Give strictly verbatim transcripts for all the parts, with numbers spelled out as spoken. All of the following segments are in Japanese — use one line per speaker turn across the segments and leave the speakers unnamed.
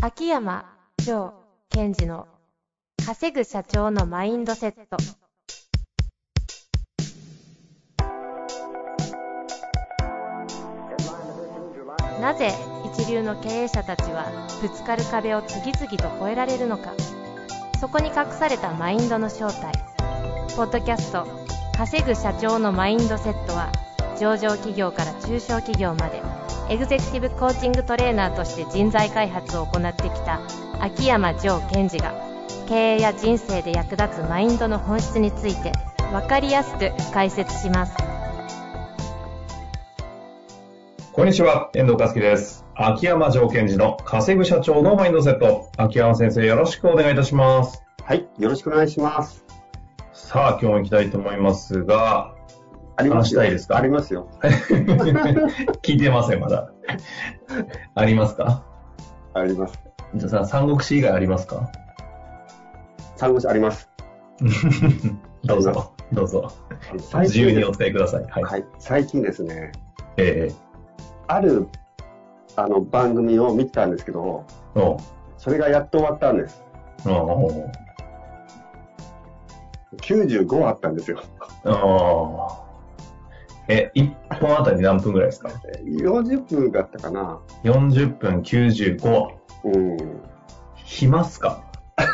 秋山城賢治の稼ぐ社長のマインドセット。なぜ一流の経営者たちはぶつかる壁を次々と越えられるのか。そこに隠されたマインドの正体。ポッドキャスト稼ぐ社長のマインドセットは、上場企業から中小企業までエグゼクティブコーチングトレーナーとして人材開発を行ってきた秋山城賢治が、経営や人生で役立つマインドの本質について分かりやすく解説します。
こんにちは、遠藤和樹です。秋山城賢治の稼ぐ社長のマインドセット。秋山先生、よろしくお願いいたします。
はい、よろしくお願いします。
さあ、今日も行きたいと思いますが、
あります
話したいですか？
ありますよ。
聞いてません、まだ。ありますか？
あります。
じゃあさ、三国志以外ありますか？
三国志あります。
どうぞ、どうぞ。自由にお伝えください。はい。
はい、最近ですね、
ええ、
あるあの番組を見てたんですけど、
お
それがやっと終わったんです。
お
きゅうじゅうごあったんですよ。
おえ、いっぽんあたり何分ぐらいですか？
よんじゅっぷんだったかな。
よんじゅっぷんきゅうじゅうご。
うん。
暇っすか？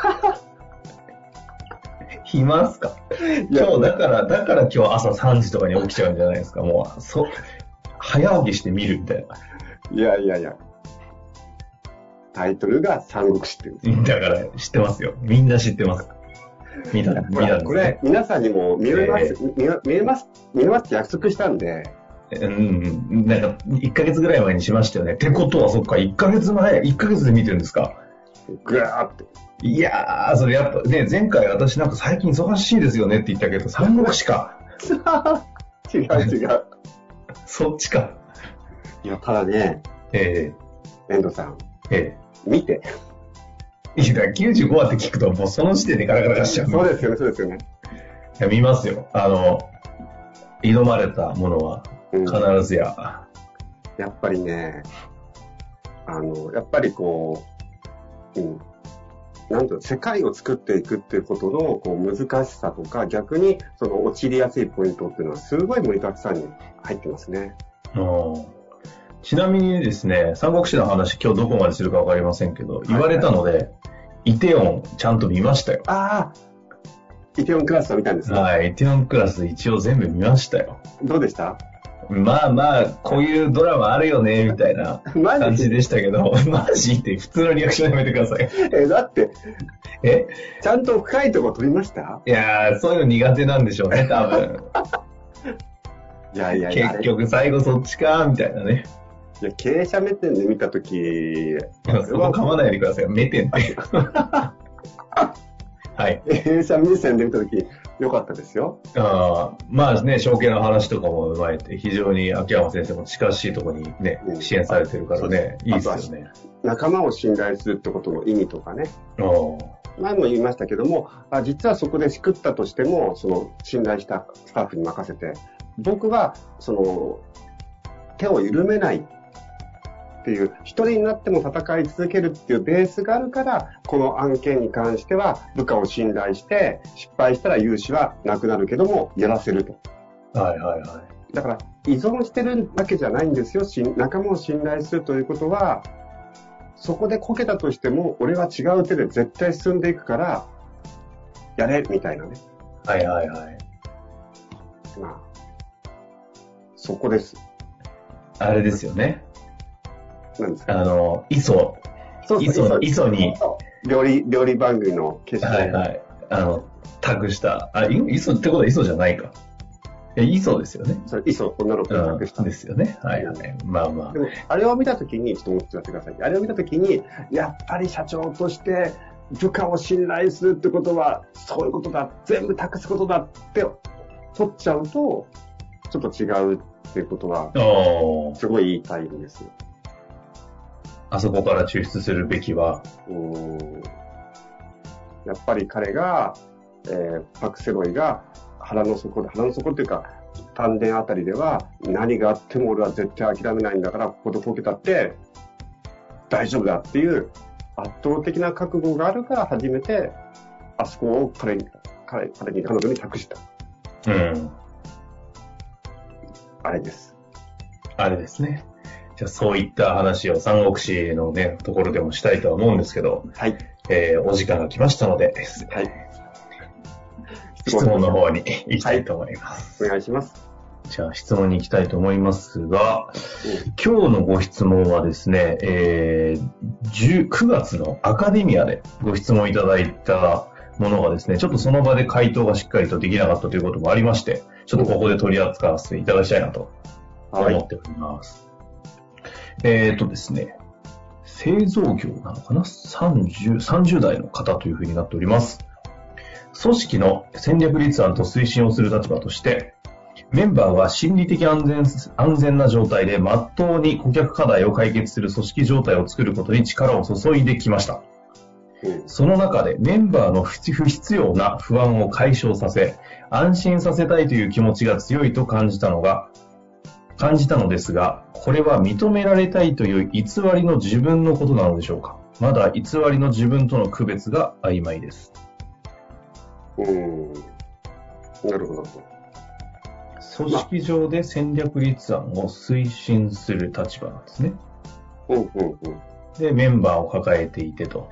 暇っすか？今日だから、だから今日朝さんじとかに起きちゃうんじゃないですか？もう、そ、早起きして見るみたいな。
いやいやいや。タイトルが三国志って言うんです。
だから知ってますよ。みんな知ってます。見た、見たんですね。
これ、皆さんにも見れます、えー、見れます、見れますって約束したんで。
うん、なんか、いっかげつぐらい前にしましたよね。ってことは、そっか、いっかげつまえ、いっかげつで見てるんですか？
ぐわーって。
いやー、それやっぱ、ね、前回私なんか最近忙しいですよねって言ったけど、三国志か。
違う違う。
そっちか。
いや、ただね、
え
えー、遠藤さん、
え
ー、見て。
いや、きゅうじゅうごわって聞くと、もうその時点でガラガラガラしちゃう。
そうですよね、そうですよね。
いや、見ますよ。あの、挑まれたものは、必ずや、
うん。やっぱりね、あの、やっぱりこう、うん。なんと世界を作っていくっていうことのこう難しさとか、逆にその陥りやすいポイントっていうのはすごい盛りだくさんに入ってますね。
うん。ちなみにですね、三国志の話今日どこまでするかわかりませんけど、言われたので、はいはい、イテオンちゃんと見ましたよ。
ああ、イテオンクラスを見たんですね。
はい、イテオンクラス一応全部見ましたよ。
どうでした？
まあまあ、こういうドラマあるよね、みたいな感じでしたけど、マジって普通のリアクションやめてください。
え、だって、
え
ちゃんと深いところ取りました？
いやー、そういうの苦手なんでしょうね、多分。
いやいやいや。
結局最後そっちか、みたいなね。
いや、経営者目線で見たとき、い
や、そこ噛まないでくださいよ、目線って。はい。
経営者目線で見たとき、良かったですよ。
あまあね、証券の話とかも踏まえて、非常に秋山先生も近しいところにね、うん、支援されてるからね、いいですよね。
仲間を信頼するってことの意味とかね。前も言いましたけども、あ実はそこでしくったとしても、その信頼したスタッフに任せて、僕はその手を緩めないっていう、一人になっても戦い続けるっていうベースがあるから、この案件に関しては部下を信頼して失敗したら融資はなくなるけどもやらせると。
はいはいはい。
だから依存してるわけじゃないんですよ。仲間を信頼するということは、そこでこけたとしても俺は違う手で絶対進んでいくからやれみたいなね。
はいはいはい。
まあそこです。
あれですよね。
なんですか？
あの、磯。そうそう磯の、磯に。
料理、料理番組の決勝。
はいはい。あの、タグした。あ、磯ってことは磯じゃないか。いや、磯ですよね。
それ磯、女の子にタグした。
うん、ですよね。はいはい。まあまあ。
でも、あれを見たときに、ちょっと思ってやってください。あれを見たときに、やっぱり社長として部下を信頼するってことは、そういうことだ。全部託すことだって取っちゃうと、ちょっと違うっていうことは、すごい言いたいんですよ。
あそこから抽出するべきは、
うーんやっぱり彼が、えー、パクセロイが腹の底で、腹の底っていうか、丹田あたりでは、何があっても俺は絶対諦めないんだから、ここでこけたって大丈夫だっていう圧倒的な覚悟があるから初めて、あそこを彼に、彼、彼に、彼女に託した。
うん。
あれです。
あれですね。じゃあそういった話を三国志のね、ところでもしたいとは思うんですけど、
はい。
えー、お時間が来ましたので、はい。質問の方に行きたいと思います。
はい、お願いします。
じゃあ質問に行きたいと思いますが、うん、今日のご質問はですね、えー、くがつのアカデミアでご質問いただいたものがですね、ちょっとその場で回答がしっかりとできなかったということもありまして、ちょっとここで取り扱わせていただきたいなと思っております。はい、えーとですね、製造業なのかな さんじゅう, さんじゅう代の方というふうになっております。組織の戦略立案と推進をする立場として、メンバーは心理的安全、安全な状態で真っ当に顧客課題を解決する組織状態を作ることに力を注いできました。その中でメンバーの不必要な不安を解消させ、安心させたいという気持ちが強いと感じたのが、感じたのですが、これは認められたいという偽りの自分のことなのでしょうか。まだ偽りの自分との区別が曖昧です。
うーん。なるほど。
組織上で戦略立案を推進する立場なんですね。
うんうんうん。
で、メンバーを抱えていてと。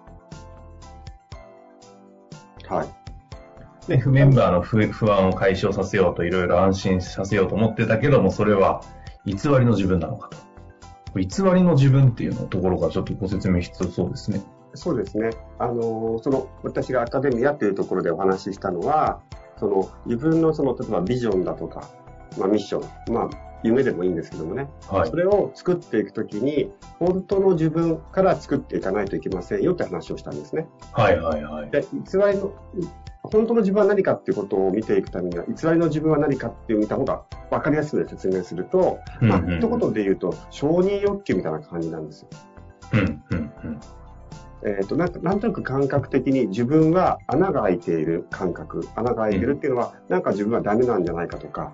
はい。
で、メンバーの不、不安を解消させようと、いろいろ安心させようと思ってたけども、それは偽りの自分なのかと。偽りの自分っていうのところがちょっとご説明必要そうですね。
そうですね。あの、その、私がアカデミアというところでお話ししたのは、その、自分のその、例えばビジョンだとか、まあミッション、まあ、夢でもいいんですけどもね。はい。それを作っていくときに、本当の自分から作っていかないといけませんよって話をしたんですね。
はいはいはい。
で、偽りの、本当の自分は何かっていうことを見ていくためには、偽りの自分は何かっていう見た方が分かりやすく説明すると、うんうん、まあ、一言で言うと、承認欲求みたいな感じなんですよ。
うんうんうん。
えっと、なんか、なんとなく感覚的に自分は穴が開いている感覚、穴が開いてるっていうのは、うん、なんか自分はダメなんじゃないかとか、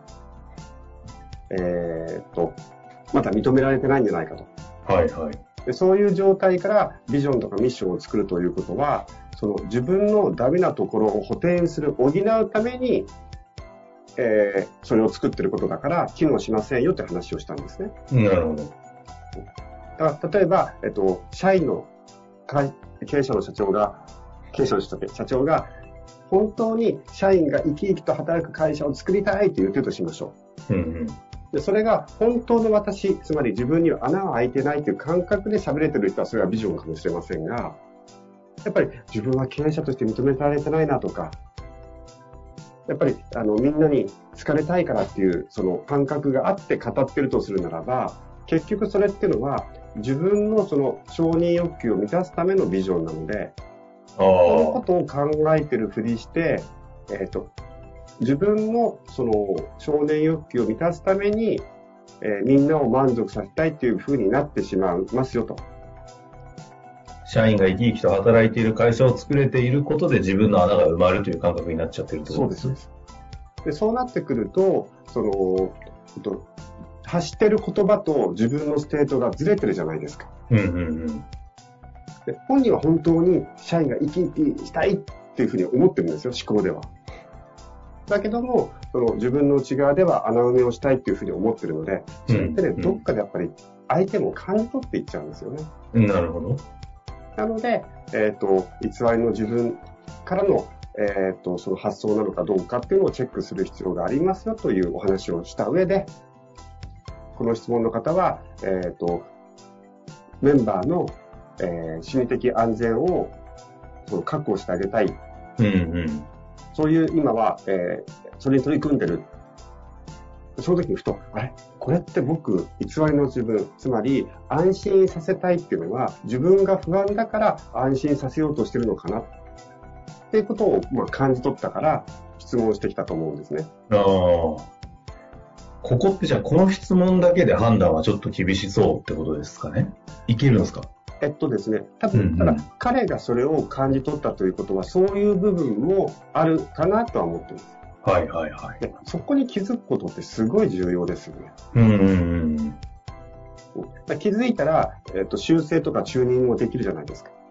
えっと、また認められてないんじゃないかと。
はいはい。
で、そういう状態からビジョンとかミッションを作るということは、その自分のダメなところを補填する、補うために、えー、それを作ってることだから機能しませんよって話をしたんですね。
なるほど。
だから例えば、えっと、社員の経営者の社長が、経営者の社長が本当に社員が生き生きと働く会社を作りたいと言ってるとしましょう。うんうん、でそれが本当の私、つまり自分には穴が開いてないという感覚で喋れてる人はそれはビジョンかもしれませんが、やっぱり自分は経営者として認められてないなとか、やっぱりあのみんなに好かれたいからっていうその感覚があって語ってるとするならば、結局それっていうのは自分のその承認欲求を満たすためのビジョンなので、そのことを考えてるふりして、えっと、自分のその承認欲求を満たすために、えー、みんなを満足させたいっていうふうになってしまいますよと。
社員が生き生きと働いている会社を作れていることで自分の穴が埋まるという感覚になっちゃってるってことですね。
そうです。で、そうなってくると、その、発してる言葉と自分のステートがずれてるじゃないですか。
うんうんうん。
で、本人は本当に社員が生き生きしたいっていうふうに思ってるんですよ、思考では。だけども、その自分の内側では穴埋めをしたいっていうふうに思ってるので、それってね、うんうん、どっかでやっぱり相手も感じ取っていっちゃうんですよね。
なるほど。
なので、えっと、偽りの自分からの、えっと、その発想なのかどうかっていうのをチェックする必要がありますよというお話をした上で、この質問の方は、えっと、メンバーの、えー、心理的安全をその確保してあげたい。
うんうん、
そういう今は、えー、それに取り組んでる。その時にふと、あれこれって僕、偽りの自分、つまり安心させたいっていうのは自分が不安だから安心させようとしてるのかなっていうことを、まあ、感じ取ったから質問してきたと思うんですね。
ああ。ここってじゃあこの質問だけで判断はちょっと厳しそうってことですかね。いけるんですか？
えっとですね、多分、ただ、彼がそれを感じ取ったということは、そういう部分もあるかなとは思っています。
はいはいはい。
で、そこに気づくことってすごい重要ですよね。
うんうんうん。
気づいたら、えっと、修正とかチューニングもできるじゃないですか。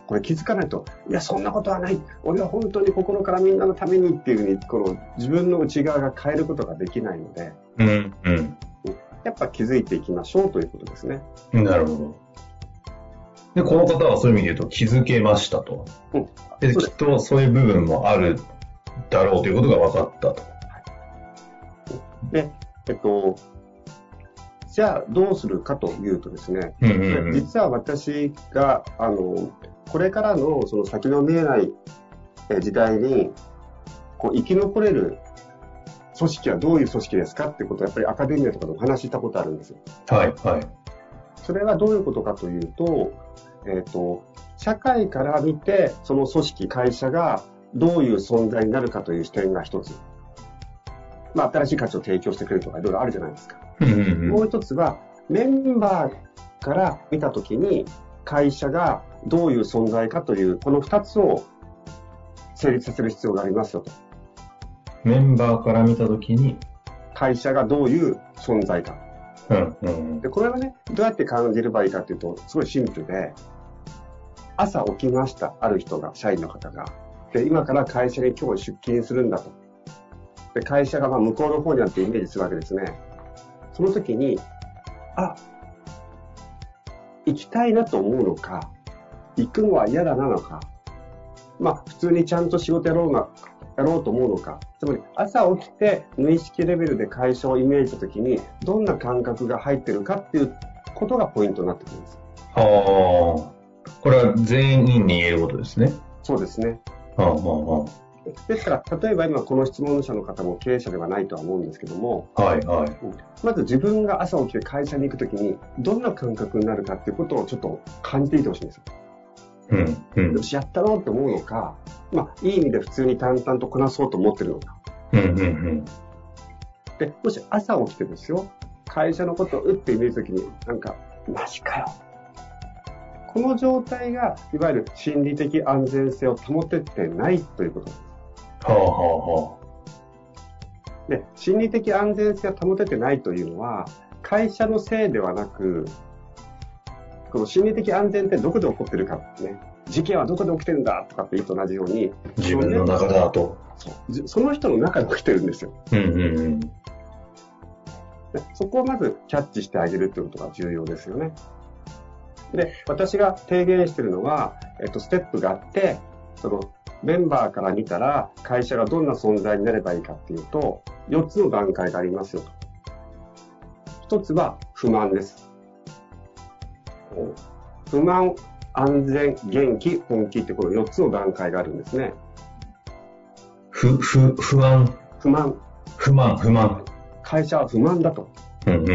これ気づかないと、いや、そんなことはない。俺は本当に心からみんなのためにっていうふうに、この自分の内側が変えることができないので、
うんうん、
やっぱ気づいていきましょうということですね。
なるほど。で、この方はそういう意味で言うと気づけましたと。うん、で、きっとそういう部分もあるだろうということが分かったと。
で、えっと、じゃあどうするかというとですね、
うんうんうん、
実は私が、あの、これからのその先の見えない時代に、こう生き残れる組織はどういう組織ですかっていうことをやっぱりアカデミアとかでお話ししたことあるんですよ。
はいはい。
それはどういうことかというと、えっと、社会から見てその組織、会社がどういう存在になるかという視点が一つ。まあ新しい価値を提供してくれるとかいろいろあるじゃないですか。
うんうんうん、
もう一つはメンバーから見たときに会社がどういう存在かというこの二つを成立させる必要がありますよと。
メンバーから見たときに
会社がどういう存在か。
うんうん、
でこれはね、どうやって感じればいいかというとすごいシンプルで、朝起きました、ある人が、社員の方が。で今から会社に今日出勤するんだと。で会社がまあ向こうの方にあってイメージするわけですね。その時に、あ、行きたいなと思うのか、行くのは嫌だなのか、まあ普通にちゃんと仕事やろうな、やろうと思うのか、つまり朝起きて無意識レベルで会社をイメージした時にどんな感覚が入ってるかっていうことがポイントになってくるんです。
ああ、これは全員に言えることですね。
そうですね。
ああああ、
ですから、例えば今この質問者の方も経営者ではないとは思うんですけども、
はいはい、
まず自分が朝起きて会社に行くときにどんな感覚になるかっていうことをちょっと感じていてほしいんですよ。
うんうん、
よし、やったろうと思うのか、まあ、いい意味で普通に淡々とこなそうと思ってるのか。
うんうんうん、
で、もし朝起きてですよ、会社のことを打って見るときに、なんか、マジかよ。この状態が、いわゆる心理的安全性を保ててないということです。
はあはあは
あ。で、心理的安全性を保ててないというのは、会社のせいではなく、この心理的安全ってどこで起こってるかってね、事件はどこで起きてるんだとかって言うと同じように、
自分の中だと。
そう。その人の中で起きてるんですよ。
うんうんうん。
でそこをまずキャッチしてあげるということが重要ですよね。で、私が提言しているのは、えっと、ステップがあって、その、メンバーから見たら、会社がどんな存在になればいいかっていうと、よっつの段階がありますよと。ひとつは、不満です。不満、安全、元気、本気ってこのよっつの段階があるんですね。
ふ、ふ、不安。
不満。
不満、不満。
会社は不満だと。
うんうん。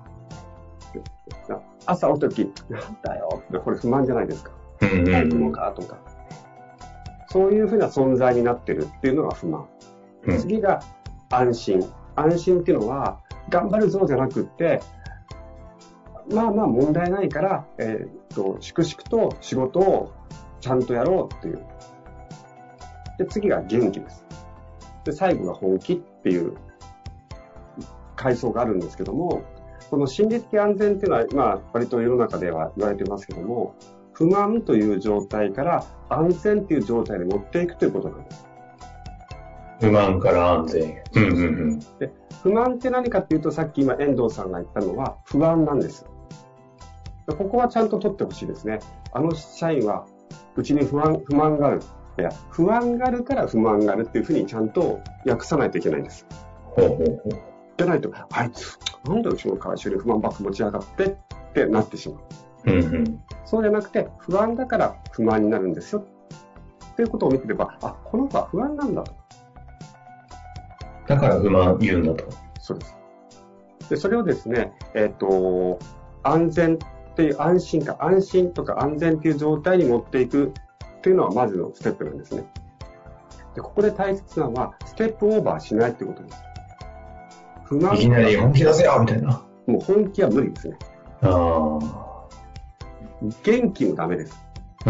朝起きた時、なんだよ。これ不満じゃないですか。
うんうん。
ないのかとか。そういうふうな存在になってるっていうのが不満。
うん、
次が安心。安心っていうのは、頑張るぞじゃなくって、まあまあ問題ないから、えー、っと、粛々と仕事をちゃんとやろうっていう。で、次が元気です。で、最後が本気っていう階層があるんですけども、この心理的安全っていうのは、まあ、割と世の中では言われてますけども、不満という状態から安全っていう状態に持っていくということなんです。
不満から安全。うんうんうん。
で、不満って何かっていうと、さっき今遠藤さんが言ったのは不安なんです。ここはちゃんと取ってほしいですね。あの社員はうちに不安、不満がある。いや、不安があるから不満があるっていうふうにちゃんと訳さないといけないんです。
ほうほうほう。
じゃないと、あいつ、なんでうちの会社に不満ばっか持ち上がってってなってしま
う。うんうん。
そうじゃなくて、不安だから不満になるんですよ。っていうことを見てれば、あ、この子は不安なんだと。
だから不満言うんだと。
そうです。で、それをですね、えっと、安全っていう安心感、安心とか安全っていう状態に持っていくっていうのはまずのステップなんですね。で、ここで大切なのは、ステップオーバーしないってことです。不満。
いきなり本気出せよみたいな。
もう本気は無理ですね。
ああ。
元気もダメです。
うん。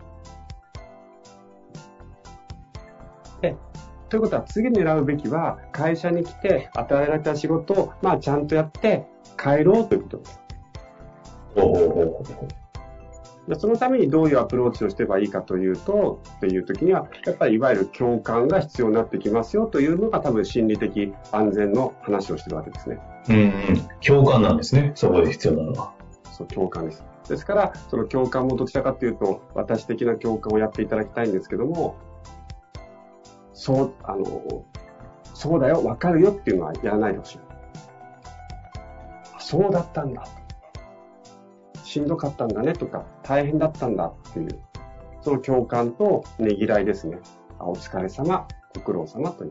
で、ということは次狙うべきは、会社に来て与えられた仕事を、まあちゃんとやって帰ろうということです。
ほうほうほうほう。
でそのためにどういうアプローチをしてばいいかというと、っていう時には、やっぱりいわゆる共感が必要になってきますよというのが多分心理的安全の話をしてるわけですね。
うんうん。共感なんですね。そこで必要なのは。
そう、共感です。ですから、その共感もどちらかというと、私的な共感をやっていただきたいんですけども、そう、あの、そうだよ、わかるよっていうのはやらないでほしい。そうだったんだ。しんどかったんだねとか、大変だったんだっていう、その共感とねぎらいですね。お疲れ様、ご苦労様という。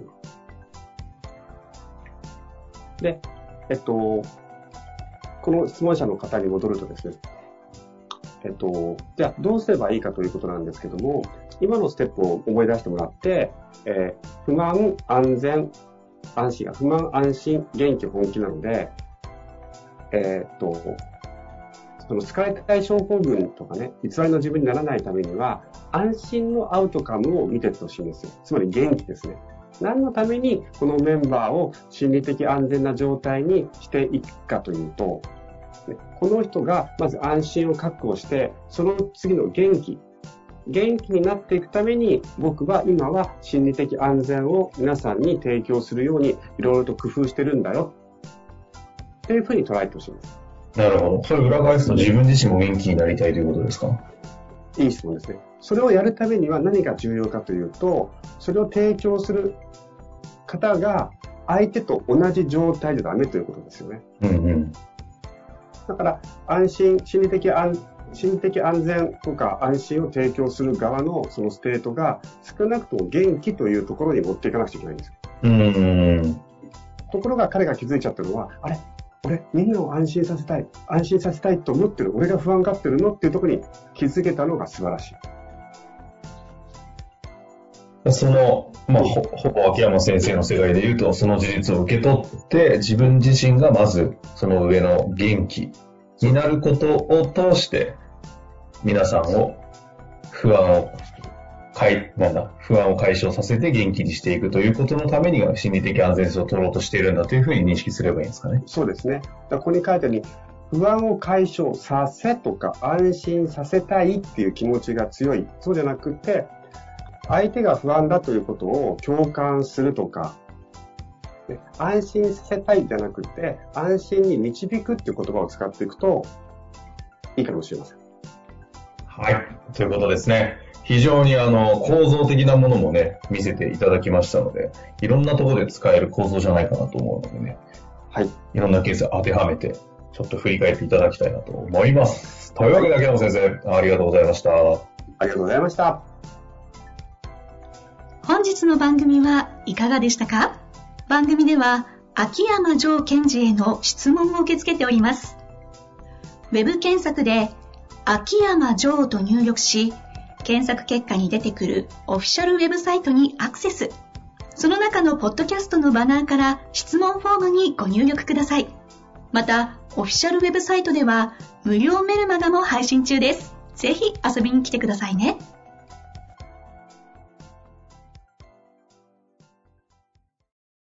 で、えっと、この質問者の方に戻るとですね、えっと、じゃあどうすればいいかということなんですけども、今のステップを思い出してもらって、えー、不満、安全、安心、不満、安心、元気、本気なので、えー、っと、その疲れたい症候群とかね、偽りの自分にならないためには、安心のアウトカムを見ていってほしいんですよ。つまり元気ですね。何のためにこのメンバーを心理的安全な状態にしていくかというと、この人がまず安心を確保して、その次の元気、元気になっていくために、僕は今は心理的安全を皆さんに提供するようにいろいろと工夫してるんだよっていうふうに捉えてほしいんです。
なるほど。それを裏返すと自分自身も元気になりたいということですか？
いい質問ですね。それをやるためには何が重要かというと、それを提供する方が相手と同じ状態でダメということですよね。
うんうん。
だから安心、心理的安、心理的安全とか安心を提供する側のそのステートが少なくとも元気というところに持っていかなくちゃいけないんですよ。
うんうん。
ところが彼が気づいちゃったのは、あれ俺、みんなを安心させたい、安心させたいと思ってる、俺が不安がってるのっていうところに気づけたのが素晴らし
い。その、まあ、ほ、ほぼ秋山先生の世界で言うと、その事実を受け取って、自分自身がまず、その上の元気になることを通して、皆さんを、不安を、かい、なんだ、不安を解消させて元気にしていくということのためには心理的安全性を取ろうとしているんだというふうに認識すればいいんですかね。
そうですね。だからここに書いてあるように、不安を解消させとか安心させたいっていう気持ちが強い。そうじゃなくて、相手が不安だということを共感するとか、ね、安心させたいじゃなくて、安心に導くっていう言葉を使っていくといいかもしれません。
はい。ということですね。非常にあの構造的なものもね、見せていただきましたので、いろんなところで使える構造じゃないかなと思うのでね、
はい。
いろんなケース当てはめて、ちょっと振り返っていただきたいなと思います。というわけで、秋山先生、ありがとうございました。あ
りがとうございました。
本日の番組はいかがでしたか？番組では、秋山城賢治への質問を受け付けております。ウェブ検索で、秋山城と入力し、検索結果に出てくるオフィシャルウェブサイトにアクセス。その中のポッドキャストのバナーから質問フォームにご入力ください。また、オフィシャルウェブサイトでは無料メルマガも配信中です。ぜひ遊びに来てくださいね。